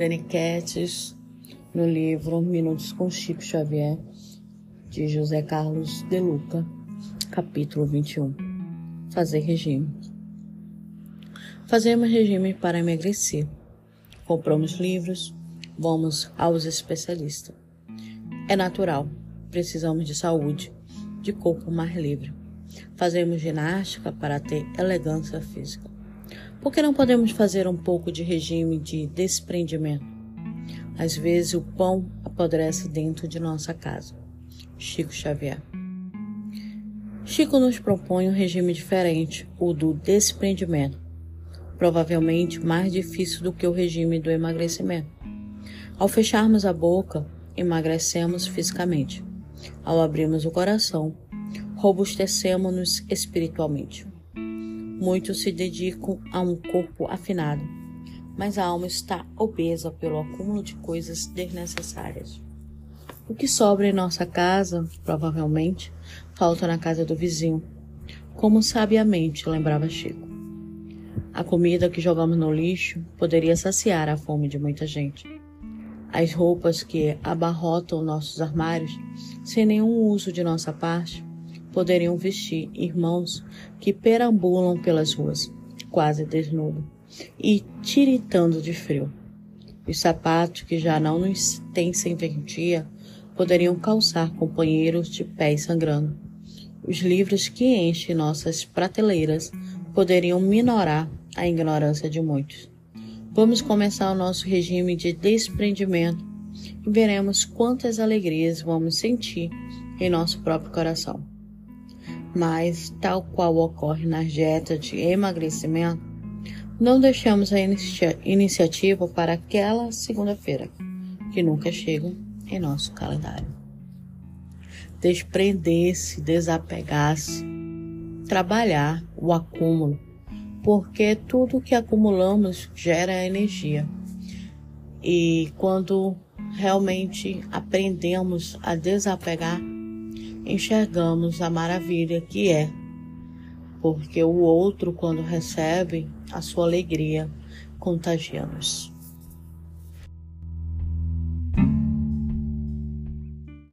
Dani Kettis, no livro Minutos com Chico Xavier, de José Carlos de Luca, capítulo 21. Fazer regime. Fazemos regime para emagrecer. Compramos livros, vamos aos especialistas. É natural, precisamos de saúde, de corpo mais livre. Fazemos ginástica para ter elegância física. Por que não podemos fazer um pouco de regime de desprendimento? Às vezes o pão apodrece dentro de nossa casa. Chico Xavier. Chico nos propõe um regime diferente, o do desprendimento, provavelmente mais difícil do que o regime do emagrecimento. Ao fecharmos a boca, emagrecemos fisicamente. Ao abrirmos o coração, robustecemos-nos espiritualmente. Muitos se dedicam a um corpo afinado, mas a alma está obesa pelo acúmulo de coisas desnecessárias. O que sobra em nossa casa, provavelmente, falta na casa do vizinho, como sabiamente lembrava Chico. A comida que jogamos no lixo poderia saciar a fome de muita gente. As roupas que abarrotam nossos armários, sem nenhum uso de nossa parte, poderiam vestir irmãos que perambulam pelas ruas, quase desnudos, e tiritando de frio. Os sapatos que já não nos têm serventia poderiam calçar companheiros de pés sangrando. Os livros que enchem nossas prateleiras poderiam minorar a ignorância de muitos. Vamos começar o nosso regime de desprendimento e veremos quantas alegrias vamos sentir em nosso próprio coração. Mas, tal qual ocorre na dieta de emagrecimento, não deixamos a iniciativa para aquela segunda-feira, que nunca chega em nosso calendário. Desprender-se, desapegar-se, trabalhar o acúmulo, porque tudo que acumulamos gera energia. E quando realmente aprendemos a desapegar, enxergamos a maravilha que é, porque o outro, quando recebe, a sua alegria contagia-nos.